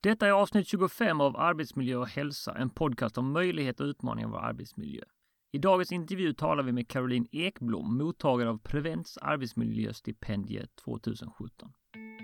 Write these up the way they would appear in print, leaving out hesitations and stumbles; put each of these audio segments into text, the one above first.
Detta är avsnitt 25 av Arbetsmiljö och hälsa, en podcast om möjligheter och utmaningar i vår arbetsmiljö. I dagens intervju talar vi med Caroline Ekblom, mottagare av Prevents arbetsmiljöstipendie 2017.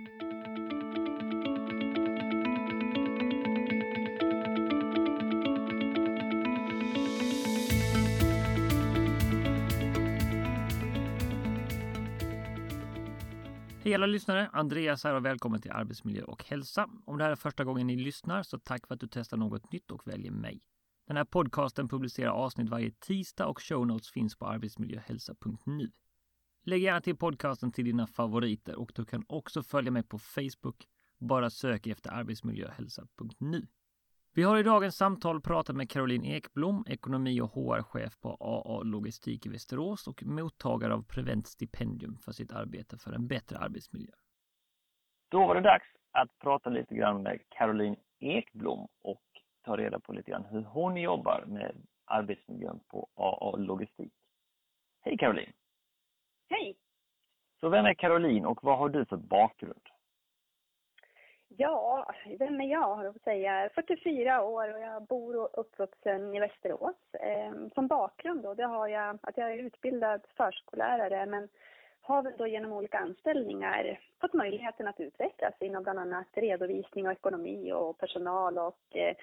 Hej alla lyssnare, Andreas här och välkommen till Arbetsmiljö och hälsa. Om det här är första gången ni lyssnar så tack för att du testar något nytt och väljer mig. Den här podcasten publicerar avsnitt varje tisdag och show notes finns på arbetsmiljöhälsa.nu. Lägg gärna till podcasten till dina favoriter och du kan också följa mig på Facebook. Bara sök efter arbetsmiljöhälsa.nu. Vi har i dagens samtal pratat med Caroline Ekblom, ekonomi- och HR-chef på AA Logistik i Västerås och mottagare av Prevents stipendium för sitt arbete för en bättre arbetsmiljö. Då var det dags att prata lite grann med Caroline Ekblom och ta reda på lite grann hur hon jobbar med arbetsmiljön på AA Logistik. Hej Caroline! Hej! Så vem är Caroline och vad har du för bakgrund? Ja, vem är jag har att säga? 44 år och jag bor och uppvuxen i Västerås. Som bakgrund då, det har jag att jag är utbildad förskollärare men har väl då genom olika anställningar fått möjligheten att utvecklas inom bland annat redovisning och ekonomi och personal och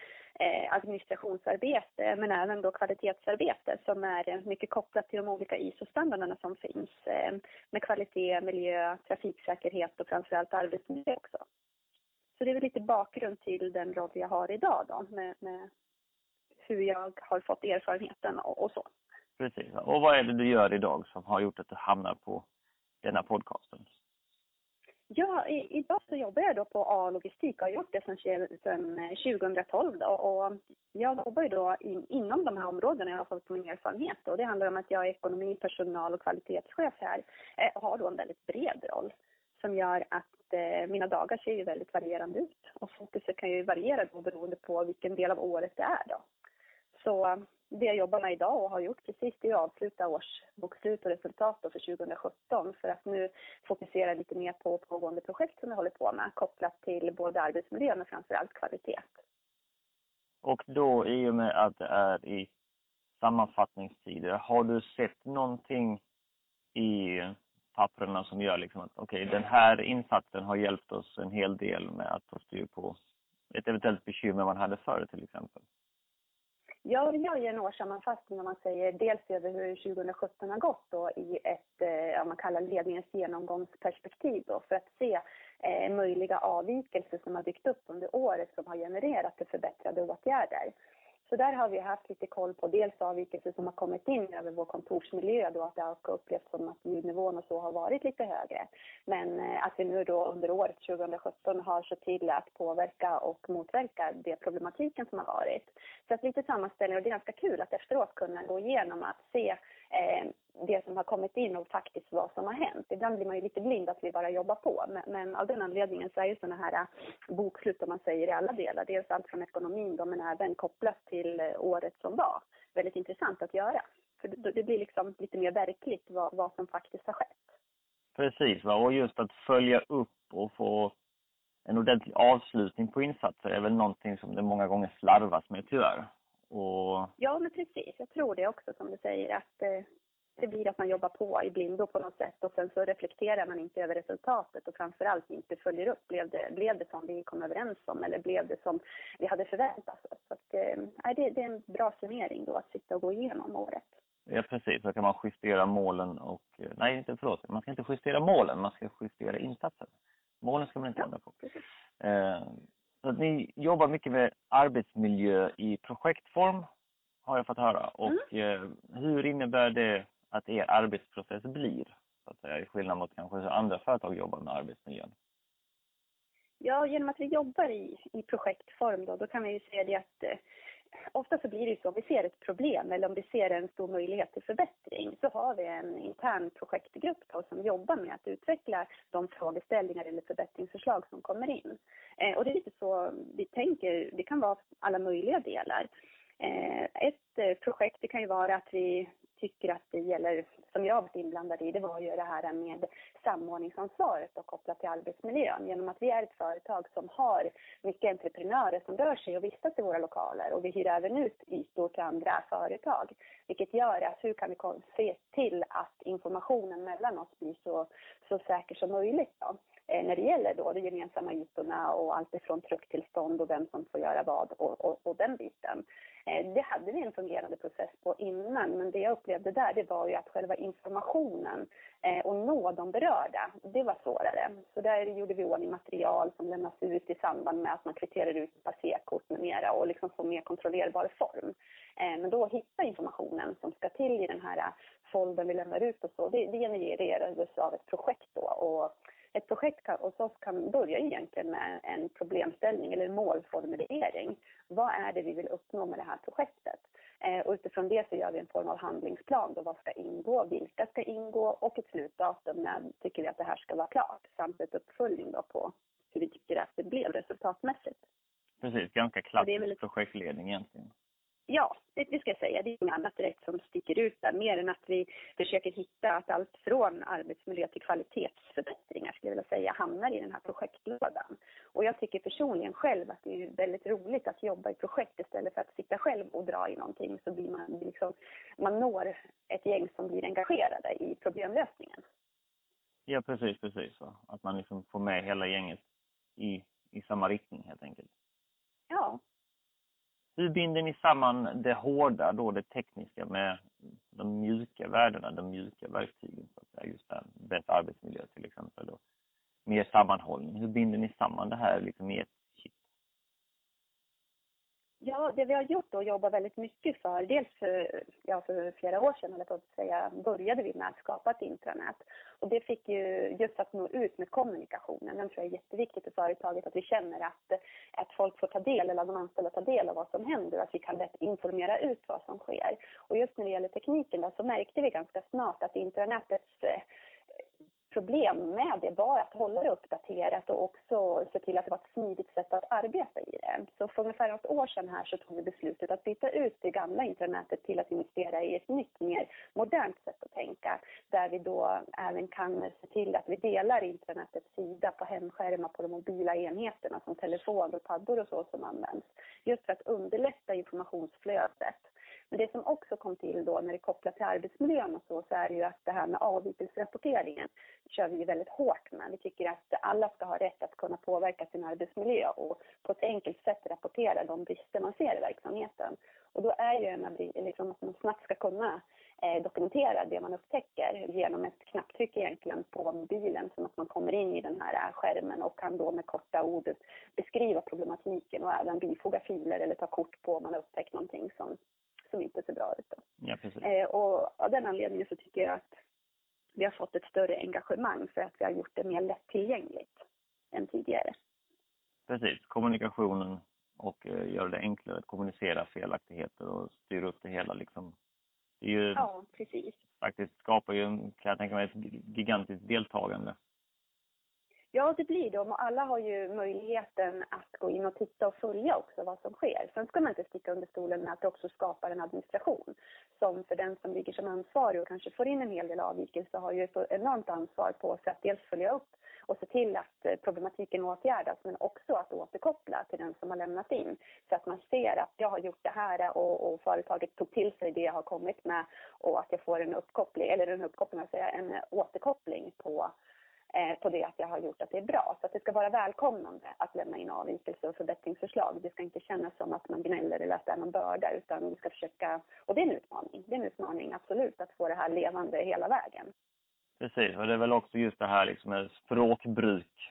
administrationsarbete men även då kvalitetsarbete som är mycket kopplat till de olika ISO-standarderna som finns med kvalitet, miljö, trafiksäkerhet och framförallt arbetsmiljö också. Så det är väl lite bakgrund till den roll jag har idag då, med hur jag har fått erfarenheten och så. Precis, och vad är det du gör idag som har gjort att du hamnar på denna podcasten? Ja, idag så jobbar jag då på AA Logistik och har gjort det sedan 2012 då. Och jag jobbar ju då inom de här områdena jag har fått min erfarenhet. Och det handlar om att jag är ekonomi-, personal- och kvalitetschef här och har då en väldigt bred roll som gör att mina dagar ser ju väldigt varierande ut. Och fokuset kan ju variera då beroende på vilken del av året det är då. Så det jag jobbar med idag och har gjort precis det är att avsluta årsbokslut och resultat för 2017. För att nu fokusera lite mer på pågående projekt som jag håller på med. Kopplat till både arbetsmiljö men framförallt kvalitet. Och då i och med att det är i sammanfattningstider, har du sett någonting i papperna som gör liksom att okej, den här insatsen har hjälpt oss en hel del med att få styr på ett eventuellt bekymmer man hade förr till exempel? Ja, det gör ju en årssammanfattning om man säger dels över hur 2017 har gått då, i ett man kallar ledningens genomgångsperspektiv då, för att se möjliga avvikelser som har dykt upp under året som har genererat till förbättrade åtgärder. Så där har vi haft lite koll på dels avvikelser som har kommit in över vår kontorsmiljö då, att det har upplevts som att ljudnivån och så har varit lite högre. Men att vi nu då under året 2017 har så till att påverka och motverka det problematiken som har varit. Så att lite sammanställning och det är ganska kul att efteråt kunna gå igenom att se det som har kommit in och faktiskt vad som har hänt. Ibland blir man ju lite blind att vi bara jobbar på. Men av den anledningen så är ju sådana här bokslut om man säger i alla delar. Dels allt från ekonomin då, men även kopplat till året som var. Väldigt intressant att göra. För det blir liksom lite mer verkligt vad som faktiskt har skett. Precis, och just att följa upp och få en ordentlig avslutning på insatser är väl någonting som det många gånger slarvas med tyvärr. Ja, men precis. Jag tror det också som du säger att det blir att man jobbar på i blindo på något sätt och sen så reflekterar man inte över resultatet och framförallt inte följer upp. Blev det som vi kom överens om eller blev det som vi hade förväntat oss? Så att, det är en bra summering då att sitta och gå igenom året. Ja, precis. Så kan man justera målen man ska inte justera målen, man ska justera insatsen. Målen ska man inte ändra på. Så att ni jobbar mycket med arbetsmiljö i projektform har jag fått höra. Och hur innebär det att er arbetsprocess blir? Så att säga, i skillnad mot kanske hur andra företag jobbar med arbetsmiljön. Ja, genom att vi jobbar i projektform då kan vi ju se det att ofta så blir det ju så om vi ser ett problem eller om vi ser en stor möjlighet till förbättring så har vi en intern projektgrupp då, som jobbar med att utveckla de frågeställningar eller förbättringsförslag som kommer in. Och det är lite så vi tänker, det kan vara alla möjliga delar. Ett projekt det kan ju vara att vi tycker att det gäller som jag har varit inblandad i, det var ju det här med samordningsansvaret och kopplat till arbetsmiljön. Genom att vi är ett företag som har mycket entreprenörer som rör sig och vistas i våra lokaler, och vi hyr även ut ytor till andra företag. Vilket gör att hur kan vi se till att informationen mellan oss blir så säker som möjligt då. När det gäller då de gemensamma ytorna och allt ifrån trucktillstånd och vem som får göra vad och den biten. Det hade vi en fungerande process på innan, men det jag upplevde där, det var ju att själva informationen och nå de berörda, det var svårare. Så där gjorde vi ordning material som lämnas ut i samband med att man kvitterar ut passerkort med mera och liksom får mer kontrollerbar form. Men då hitta informationen som ska till i den här foldern vi lämnar ut och så, det genererades av ett projekt då. Och ett projekt hos oss kan börja egentligen med en problemställning eller en målformulering. Vad är det vi vill uppnå med det här projektet? Och utifrån det så gör vi en form av handlingsplan. Då vad ska ingå, vilka ska ingå och ett slutdatum när tycker vi att det här ska vara klart. Samt ett uppföljning då på hur vi tycker att det blev resultatmässigt. Precis, ganska klassisk projektledning egentligen. Ja, det ska jag säga. Det är inget annat direkt som sticker ut där. Mer än att vi försöker hitta att allt från arbetsmiljö till kvalitetsförbättringar skulle jag vilja säga hamnar i den här projektlådan. Och jag tycker personligen själv att det är väldigt roligt att jobba i projekt istället för att sitta själv och dra i någonting. Så blir man når ett gäng som blir engagerade i problemlösningen. Ja, precis. Va? Att man liksom får med hela gänget i samma riktning helt enkelt. Ja. Hur binder ni samman det hårda, då det tekniska med de mjuka värdena, de mjuka verktygen? Så att säga, just där, bättre arbetsmiljö till exempel och mer sammanhållning. Hur binder ni samman det här liksom i ett kit? Ja, det vi har gjort då jobbar väldigt mycket för. Dels för flera år sedan, eller på att säga, började vi med att skapa ett intranät. Och det fick ju just att nå ut med kommunikationen. Den tror jag är jätteviktigt för företaget att vi känner att folk får ta del, eller de anställda tar del av vad som händer. Att vi kan lätt informera ut vad som sker. Och just när det gäller tekniken då, så märkte vi ganska snart att intranätets problem med det var att hålla det uppdaterat och också se till att det var ett smidigt sätt att arbeta i det. Så för ungefär ett år sedan här så tog vi beslutet att byta ut det gamla intranätet till att investera i ett nytt, mer modernt sätt att tänka. Där vi då även kan se till att vi delar intranätets sida på hemskärmar på de mobila enheterna som telefon och paddor och så som används. Just för att underlätta informationsflödet. Men det som också kom till då när det kopplar till arbetsmiljön och så är det ju att det här med avvikelsrapporteringen kör vi väldigt hårt med. Vi tycker att alla ska ha rätt att kunna påverka sin arbetsmiljö och på ett enkelt sätt rapportera de brister man ser i verksamheten. Och då är ju liksom att man snabbt ska kunna dokumentera det man upptäcker genom ett knapptryck egentligen på mobilen, som att man kommer in i den här skärmen och kan då med korta ord beskriva problematiken och även bifoga filer eller ta kort på om man har upptäckt någonting som inte ser bra ut. Ja, precis. Och av den anledningen så tycker jag att vi har fått ett större engagemang för att vi har gjort det mer lättillgängligt än tidigare. Precis, kommunikationen och gör det enklare att kommunicera felaktigheter och styra upp det hela liksom. Det är ju, ja, precis. Faktiskt skapar ju, kan jag tänka mig, ett gigantiskt deltagande. Ja, det blir det. Och alla har ju möjligheten att gå in och titta och följa också vad som sker. Sen ska man inte sticka under stolen med att det också skapar en administration. Som för den som ligger som ansvarig och kanske får in en hel del avvikelser har ju ett enormt ansvar på sig att dels följa upp och se till att problematiken åtgärdas, men också att återkoppla till den som har lämnat in. Så att man ser att jag har gjort det här och företaget tog till sig det jag har kommit med och att jag får en återkoppling på det att jag har gjort att det är bra. Så att det ska vara välkomnande att lämna in avvikelse och förbättringsförslag. Det ska inte kännas som att man gnäller eller att det är någon börda, utan vi ska försöka, och det är en utmaning. Det är en utmaning absolut att få det här levande hela vägen. Precis, och det är väl också just det här liksom med språkbruk.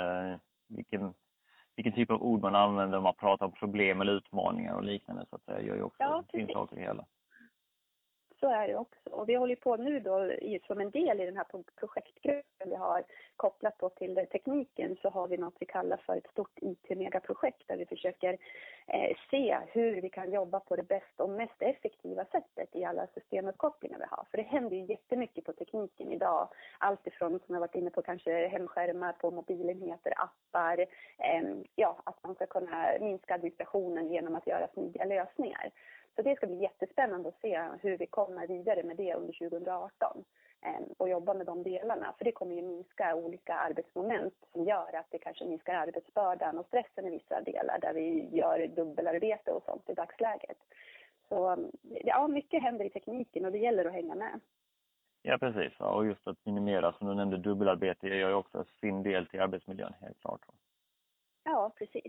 Vilken typ av ord man använder om man pratar om problem eller utmaningar och liknande, så att säga, gör ju också sin sak i det hela. Så är det också. Och vi håller på nu då som en del i den här projektgruppen vi har kopplat på till tekniken, så har vi något vi kallar för ett stort IT-megaprojekt där vi försöker se hur vi kan jobba på det bästa och mest effektiva sättet i alla systemuppkopplingar vi har. För det händer ju jättemycket på tekniken idag. Allt ifrån, som jag varit inne på, kanske hemskärmar på mobilenheter, appar. Att man ska kunna minska administrationen genom att göra smidiga lösningar. Så det ska bli jättespännande att se hur vi kommer vidare med det under 2018 och jobba med de delarna. För det kommer ju minska olika arbetsmoment som gör att det kanske minskar arbetsbördan och stressen i vissa delar där vi gör dubbelarbete och sånt i dagsläget. Så ja, mycket händer i tekniken och det gäller att hänga med. Ja, precis. Och just att minimera, som du nämnde, dubbelarbete gör ju också sin del till arbetsmiljön, helt klart. Ja, precis.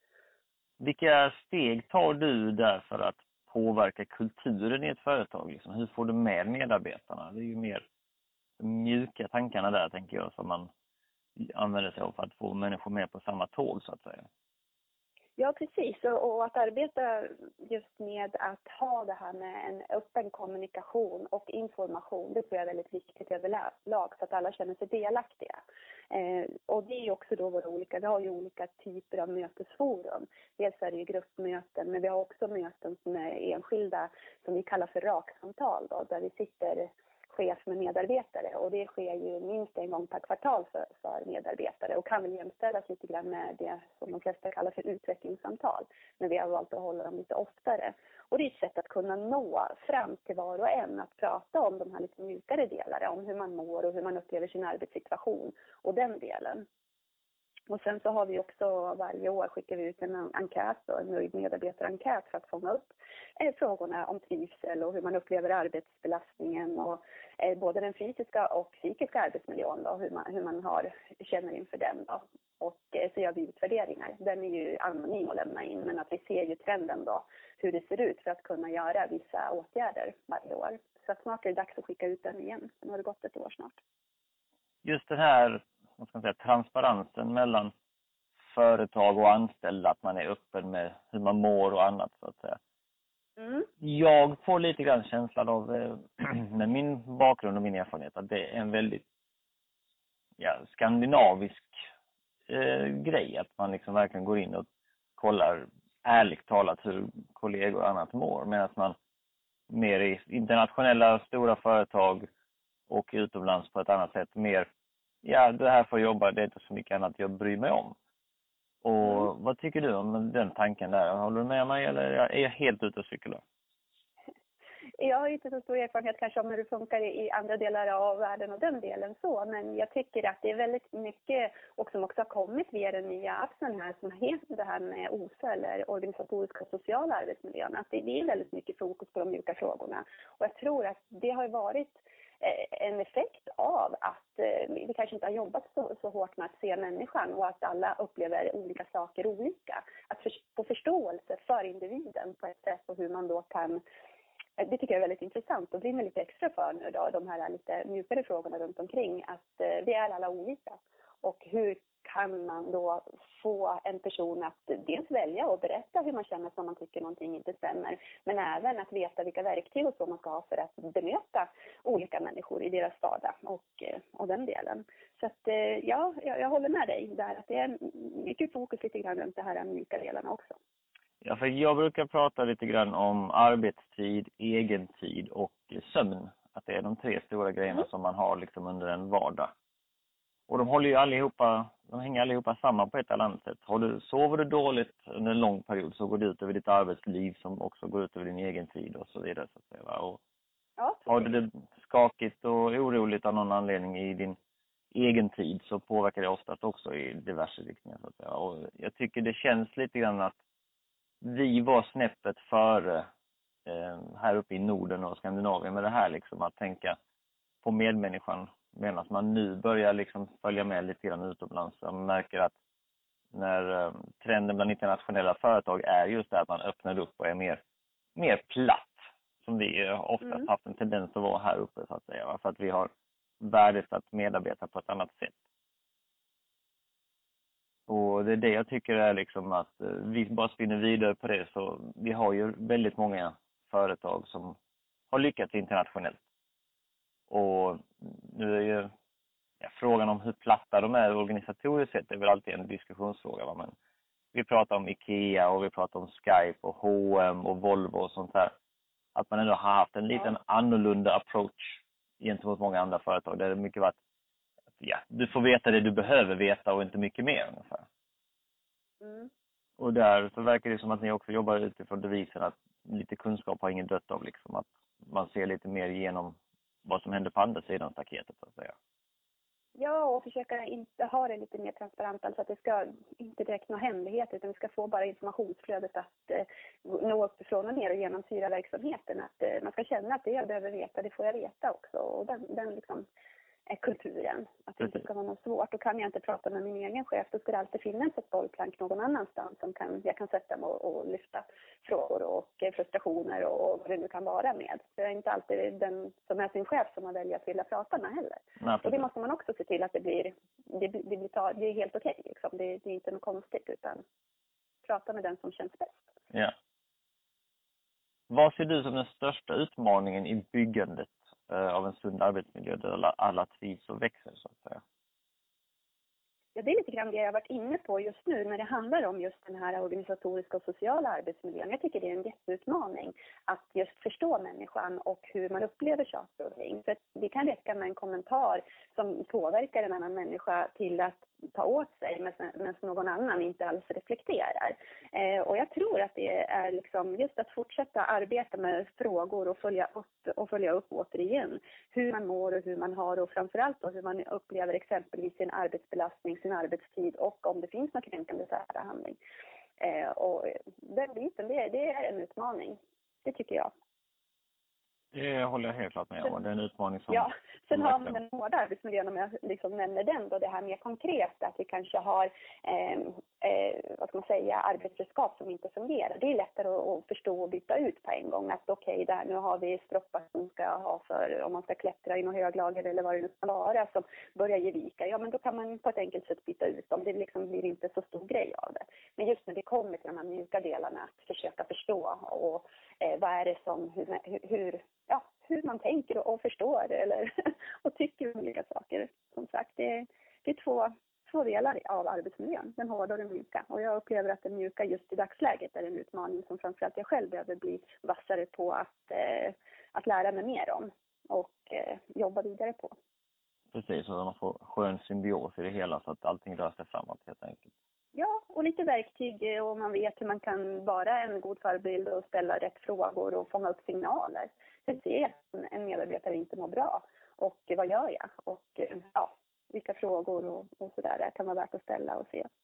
Vilka steg tar du där för att påverka kulturen i ett företag? Liksom? Hur får du med medarbetarna? Det är ju mer mjuka tankarna där, tänker jag, som man använder sig av för att få människor med på samma tåg, så att säga. Ja, precis. Och att arbeta just med att ha det här med en öppen kommunikation och information, det tror jag är väldigt viktigt överlag så att alla känner sig delaktiga. Och det är ju också då vi har ju olika typer av mötesforum. Dels är det ju gruppmöten, men vi har också möten som är enskilda som vi kallar för raksamtal då, där vi sitter chef med medarbetare och det sker ju minst en gång per kvartal för medarbetare och kan väl jämställas lite grann med det som de flesta kallar för utvecklingssamtal, men vi har valt att hålla dem lite oftare. Och det är ett sätt att kunna nå fram till var och en, att prata om de här lite mjukare delarna, om hur man mår och hur man upplever sin arbetssituation och den delen. Och sen så har vi också varje år skickar vi ut en enkät och en nöjd medarbetarenkät för att fånga upp frågorna om trivsel och hur man upplever arbetsbelastningen och både den fysiska och psykiska arbetsmiljön då, hur man känner inför den då. Och så gör vi utvärderingar. Den är ju anonym att lämna in, men att vi ser ju trenden då, hur det ser ut för att kunna göra vissa åtgärder varje år. Så att snart är det dags att skicka ut den igen. Nu har det gått ett år snart. Just det här, vad ska man säga, transparensen mellan företag och anställda, att man är öppen med hur man mår och annat, så att säga. Mm. Jag får lite grann känslan av, med min bakgrund och min erfarenhet, att det är en väldigt skandinavisk grej. Att man liksom verkligen går in och kollar ärligt talat hur kollegor och annat mår. Medan man mer i internationella stora företag och utomlands på ett annat sätt mer, det här får jobba, det är inte så mycket annat jag bryr mig om. Och vad tycker du om den tanken där? Håller du med mig eller är jag helt ute och cyklar? Jag har inte så stor erfarenhet kanske om hur det funkar i andra delar av världen och den delen så, men jag tycker att det är väldigt mycket och som också har kommit via den nya appen här som heter det här med OSA eller organisatoriska och sociala arbetsmiljön, att det är väldigt mycket fokus på de mjuka frågorna. Och jag tror att det har varit en effekt av att vi kanske inte har jobbat så hårt med att se människan och att alla upplever olika saker olika. Att få förståelse för individen på ett sätt och hur man då kan. Det tycker jag är väldigt intressant och brinner lite extra för nu då, de här lite mjukare frågorna runt omkring, att vi är alla olika. Och hur kan man då få en person att dels välja och berätta hur man känner som man tycker någonting inte stämmer, men även att veta vilka verktyg och så man ska ha för att bemöta olika människor i deras vardag och den delen. Så att jag håller med dig där, att det är mycket fokus lite grann runt det här mjuka delarna också. Ja, för jag brukar prata lite grann om arbetstid, egentid och sömn. Att det är de 3 stora grejerna som man har liksom under en vardag. Och de hänger allihopa samman på ett eller annat sätt. Sover du dåligt under en lång period så går det ut över ditt arbetsliv som också går ut över din egen tid och så vidare. Så att säga. Och har du det skakigt och oroligt av någon anledning i din egen tid så påverkar det oftast också i diverse riktningar. Så att säga. Och jag tycker det känns lite grann att vi var snäppet före här uppe i Norden och Skandinavien med det här liksom, att tänka på medmänniskan, medan man nu börjar liksom följa med lite grann utomlands. Man märker att när trenden bland internationella företag är just det att man öppnar upp och är mer platt, som vi oftast haft en tendens att vara här uppe, så att säga, för att vi har värdesatt medarbetare på ett annat sätt. Och det är det jag tycker är liksom att vi bara spinner vidare på det, så vi har ju väldigt många företag som har lyckats internationellt. Och nu är ju frågan om hur platta de är organisatoriskt sett är väl alltid en diskussionsfråga. Va? Men vi pratar om IKEA och vi pratar om Skype och H&M och Volvo och sånt här. Att man ändå har haft en liten annorlunda approach gentemot många andra företag. Där det mycket varit, du får veta det du behöver veta och inte mycket mer ungefär. Och där så verkar det som att ni också jobbar utifrån devisen att lite kunskap har ingen dött av liksom. Att man ser lite mer igenom vad som händer på andra sidan staketet så att säga. Ja, och försöka inte ha det lite mer transparent, alltså att det ska inte direkt några hemligheter, utan vi ska få bara informationsflödet att nå uppifrån och ner och genomsyra verksamheten. Att man ska känna att det jag behöver veta, det får jag veta också. Och den liksom är kulturen. Att det inte ska vara något svårt. Och kan jag inte prata med min egen chef, då ska det alltid finnas ett bollplank någon annanstans som jag kan sätta mig och lyfta frågor och frustrationer och vad det nu kan vara med. Så jag är inte alltid den som är sin chef som man väljer att vilja prata med heller. Nej, och det måste man också se till att det är helt okej. Liksom. Det är inte något konstigt, utan prata med den som känns bäst. Ja. Vad ser du som den största utmaningen i byggandet av en sund arbetsmiljö där alla trivs och växer så att säga? Ja, det är lite grann det jag har varit inne på just nu när det handlar om just den här organisatoriska och sociala arbetsmiljön. Jag tycker det är en jätteutmaning att just förstå människan och hur man upplever saker och ting. För att det kan räcka med en kommentar som påverkar en annan människa till att ta åt sig medan någon annan inte alls reflekterar. Och jag tror att det är liksom just att fortsätta arbeta med frågor och följa upp återigen hur man mår och hur man har och framförallt då hur man upplever exempelvis sin arbetsbelastning, sin arbetstid och om det finns någon kränkande särbehandling. Och den biten, det är en utmaning. Det tycker jag. Det håller jag helt klart med om. Det är en utmaning som... Ja, sen har man den hårda arbetsmiljön, om jag liksom nämner den då, det här mer konkret, att vi kanske har arbetsredskap som inte fungerar. Det är lättare att förstå och byta ut på en gång. Att okej, där nu har vi stroppar som ska ha för om man ska klättra i några höglager eller vad det nu ska vara som börjar ge vika. Ja, men då kan man på ett enkelt sätt byta ut dem. Det liksom blir inte så stor grej av det. Men just när det kommer till de här mjuka delarna, att försöka förstå och vad är det som, hur man tänker och förstår eller och tycker olika saker. Som sagt, det är två delar av arbetsmiljön, den hårda och den mjuka. Och jag upplever att den mjuka just i dagsläget är en utmaning som framförallt jag själv behöver bli vassare på att lära mig mer om och jobba vidare på. Precis, och man får skön symbios i det hela så att allting rör sig framåt helt enkelt. Ja, och lite verktyg och man vet hur man kan vara en god förebild och ställa rätt frågor och fånga upp signaler. Hur ser jag att en medarbetare inte mår bra? Och vad gör jag? Och vilka frågor och sådär kan vara värt att ställa och se.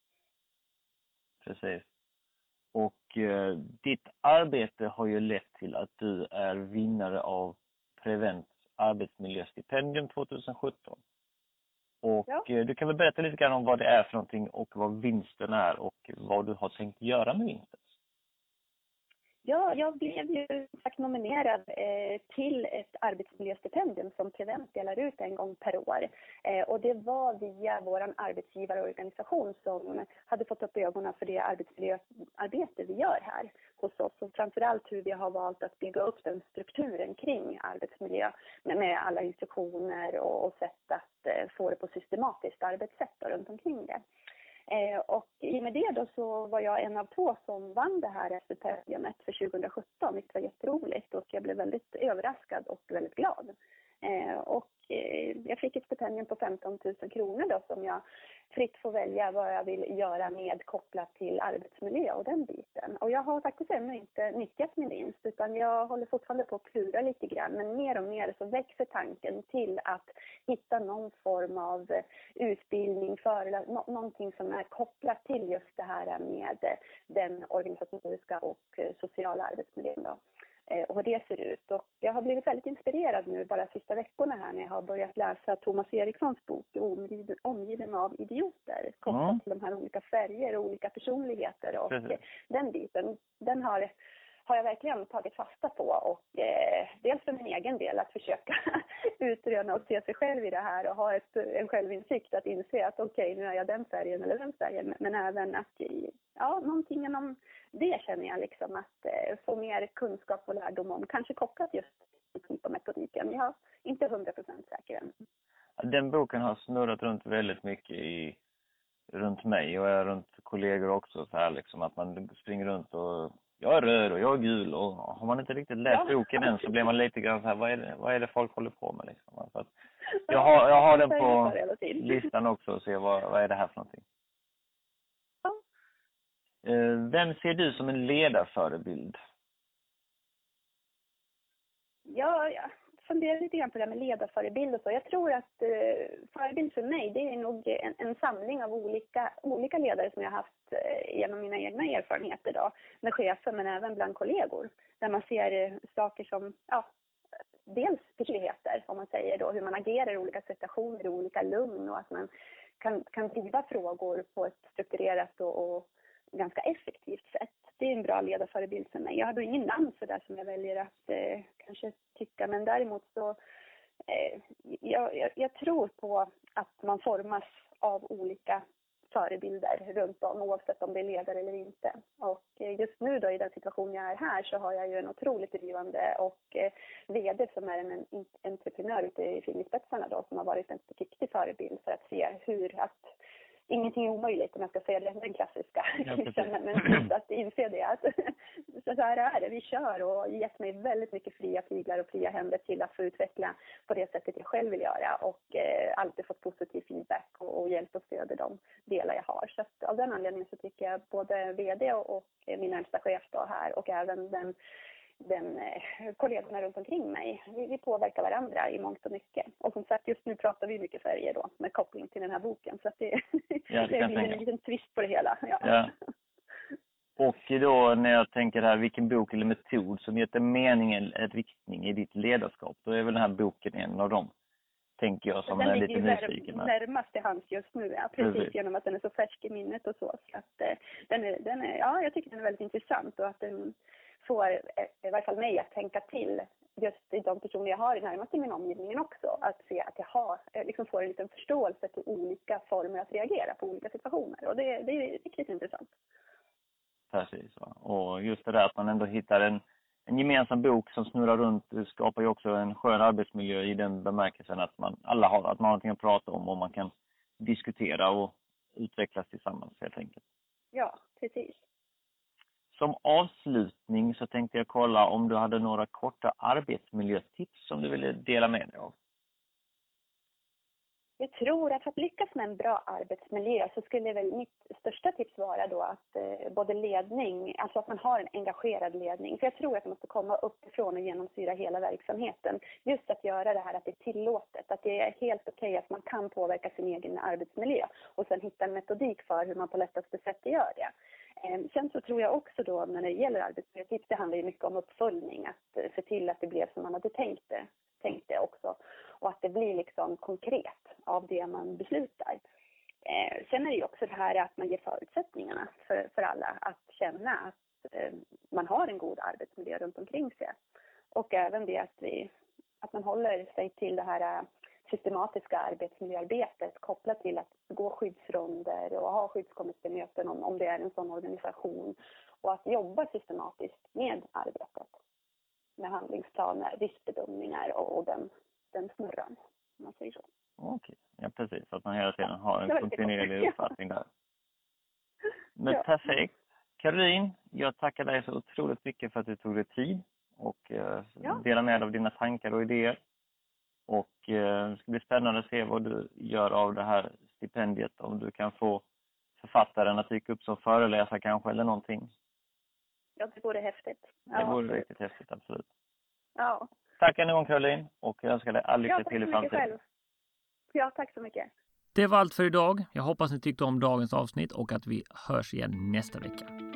Precis. Och ditt arbete har ju lett till att du är vinnare av Prevents arbetsmiljöstipendium 2017. Och du kan väl berätta lite grann om vad det är för någonting och vad vinsten är och vad du har tänkt göra med vinsten. Ja, jag blev ju nominerad till ett arbetsmiljöstipendium som Prevent delar ut en gång per år. Och det var via vår arbetsgivarorganisation som hade fått upp ögonen för det arbetsmiljöarbete vi gör här hos oss. Och framförallt hur vi har valt att bygga upp den strukturen kring arbetsmiljö med alla instruktioner och sätt att få det på systematiskt arbetssätt runt omkring det. Och i och med det då så var jag en av 2 som vann det här stipendiet för 2017, vilket var jätteroligt och jag blev väldigt överraskad och väldigt glad. Och jag fick ett stipendium på 15 000 kronor då som jag fritt får välja vad jag vill göra med kopplat till arbetsmiljö och den biten. Och jag har faktiskt ännu inte nyttjat min vinst utan jag håller fortfarande på att klura lite grann. Men mer och mer så växer tanken till att hitta någon form av utbildning för någonting som är kopplat till just det här med den organisatoriska och sociala arbetsmiljön då. Och hur det ser ut. Och jag har blivit väldigt inspirerad nu bara sista veckorna här när jag har börjat läsa Thomas Erikssons bok Omgiven av idioter. Kopplat till de här olika färger och olika personligheter. Och den biten, den har jag verkligen tagit fasta på. Och dels för min egen del att försöka utröna och se sig själv i det här. Och ha en självinsikt att inse att okej, nu är jag den färgen eller den färgen. Men även att någonting inom det känner jag liksom att få mer kunskap och lärdom om. Kanske kopplat just till metodiken. Jag är inte 100% säker än. Den boken har snurrat runt väldigt mycket runt mig och runt kollegor också. Så här liksom att man springer runt och jag är röd och jag är gul. Och har man inte riktigt läst boken än så blir man lite grann så här, vad är det folk håller på med liksom. Så att jag har den på listan också och ser vad är det här för någonting. Vem ser du som en ledarförebild? Jag funderar lite grann på det här med ledarförebild och så. Jag tror att förebild för mig, det är nog en samling av olika ledare som jag har haft genom mina egna erfarenheter då, med chefer men även bland kollegor. Där man ser saker som, dels personligheter, om man säger då, hur man agerar i olika situationer, i olika lugn, och att man kan driva frågor på ett strukturerat och ganska effektivt sätt. Det är en bra ledarförebild för mig. Jag har då ingen namn för det som jag väljer att kanske tycka, men däremot så jag tror på att man formas av olika förebilder runt om, oavsett om det är ledare eller inte. Och just nu då, i den situation jag är här, så har jag ju en otroligt drivande och vd som är en entreprenör ute i fingerspetsarna då, som har varit en viktig förebild för att se hur att ingenting är omöjligt, om jag ska säga den klassiska. Men att inse det, att så här är det, vi kör, och gett mig väldigt mycket fria tyglar och fria händer till att få utveckla på det sättet jag själv vill göra, och alltid fått positiv feedback och hjälp och stöd i de delar jag har. Så att av den anledningen så tycker jag både vd och min närmsta chef då här, och även den kollegorna runt omkring mig, vi påverkar varandra i mångt och mycket. Och som sagt, just nu pratar vi mycket färger då, med koppling till den här boken, så att det blir en liten twist på det hela. Ja. Och då när jag tänker här, vilken bok eller metod som ger mening eller riktning i ditt ledarskap, då är väl den här boken en av dem, tänker jag, som är lite nyfiken. Den ligger närmast till hands just nu, precis genom att den är så färsk i minnet och så. Så att den är, jag tycker den är väldigt intressant, och att den får i varje fall mig att tänka till just i de personer jag har i närmast i min omgivning också. Att se att jag liksom får en liten förståelse till olika former att reagera på olika situationer. Och det är riktigt intressant. Precis. Va? Och just det där att man ändå hittar en gemensam bok som snurrar runt, skapar ju också en skön arbetsmiljö i den bemärkelsen att man har någonting att prata om och man kan diskutera och utvecklas tillsammans helt enkelt. Ja, precis. Som avslutning så tänkte jag kolla om du hade några korta arbetsmiljötips som du ville dela med dig av. Jag tror att för att lyckas med en bra arbetsmiljö så skulle väl mitt största tips vara då att både ledning, alltså att man har en engagerad ledning. För jag tror att det måste komma uppifrån och genomsyra hela verksamheten. Just att göra det här att det är tillåtet, att det är helt okej att man kan påverka sin egen arbetsmiljö. Och sen hitta en metodik för hur man på lättaste sätt gör det. Sen så tror jag också då, när det gäller arbetsmiljötips, det handlar ju mycket om uppföljning. Att se till att det blev som man hade tänkt det också. Och att det blir liksom konkret av det man beslutar. Sen är det ju också det här att man ger förutsättningarna för alla att känna att man har en god arbetsmiljö runt omkring sig. Och även det att man håller sig till det här systematiska arbetsmiljöarbetet kopplat till att gå skyddsronder och ha skyddskommittémöten om det är en sån organisation. Och att jobba systematiskt med arbetet. Med handlingsplaner, riskbedömningar och den snurran, om man säger så. Okej, ja precis. Att man hela tiden har en kontinuerlig uppfattning där. Men perfekt. Caroline, jag tackar dig så otroligt mycket för att du tog dig tid och delade med av dina tankar och idéer. Och det ska bli spännande att se vad du gör av det här stipendiet. Om du kan få författaren att dyka upp som föreläsare kanske eller någonting. Ja, det vore häftigt. Det vore riktigt häftigt, absolut. Ja. Tack än en gång Caroline och jag önskar dig all lycka till i framtiden. Ja, tack så mycket. Det var allt för idag. Jag hoppas ni tyckte om dagens avsnitt och att vi hörs igen nästa vecka.